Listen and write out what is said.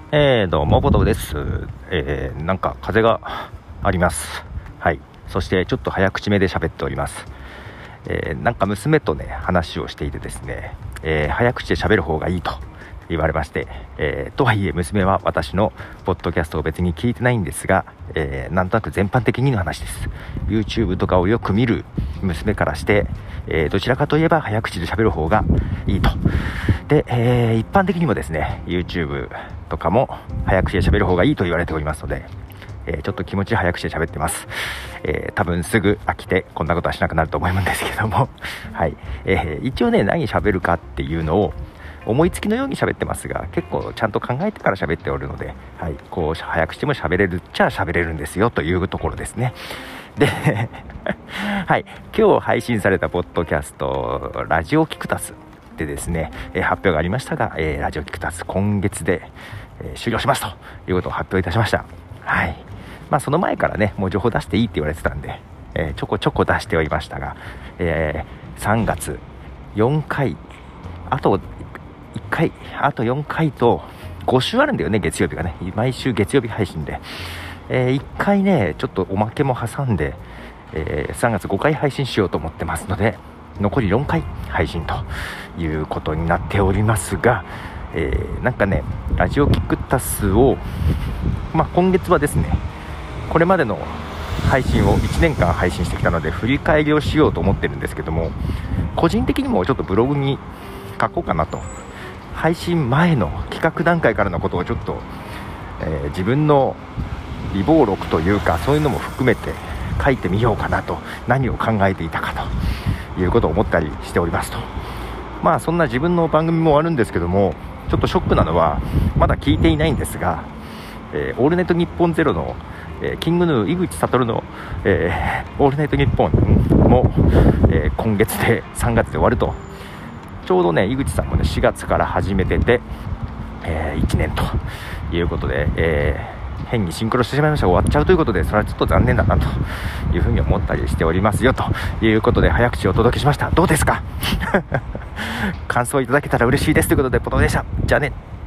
どうもボトです。なんか風があります。はい。そしてちょっと早口めで喋っております。なんか娘とね話をしていてですね、早口で喋る方がいいと言われまして、とはいえ娘は私のポッドキャストを別に聞いてないんですが、なんとなく全般的にの話です。 YouTube とかをよく見る娘からして、どちらかといえば早口で喋る方がいいと。で、一般的にもですね YouTube とかも早口で喋る方がいいと言われておりますので、ちょっと気持ち早口で喋ってます。多分すぐ飽きてこんなことはしなくなると思うんですけどもはい。一応ね何喋るかっていうのを思いつきのように喋ってますが、結構ちゃんと考えてから喋っておるので、はい、こう早口でも喋れるっちゃ喋れるんですよというところですね。ではい、今日配信されたポッドキャストラジオキクタスでですね、発表がありましたが、ラジオキクタス今月で、終了しますということを発表いたしました。はい。その前からねもう情報出していいって言われてたんで、ちょこちょこ出しておりましたが、3月4回あと1回あと4回と5週あるんだよね。月曜日がね毎週月曜日配信で、1回ねちょっとおまけも挟んで、3月5回配信しようと思ってますので、残り4回配信ということになっておりますが、なんかねラジオキクタスを、今月はですねこれまでの配信を1年間配信してきたので振り返りをしようと思ってるんですけども、個人的にもちょっとブログに書こうかなと。配信前の企画段階からのことをちょっと、自分の備忘録というかそういうのも含めて書いてみようかなと、何を考えていたかということを思ったりしておりますと。そんな自分の番組もあるんですけども、ちょっとショックなのはまだ聞いていないんですが、オールナイトニッポンゼロの、キングヌー井口悟の、オールナイトニッポンも、今月で3月で終わると。ちょうどね井口さんもね4月から始めてて、1年ということで、変にシンクロしてしまいましたが終わっちゃうということで、それはちょっと残念だなというふうに思ったりしておりますよということで、早口をお届けしました。どうですか感想いただけたら嬉しいですということで、ポトでした。じゃあね。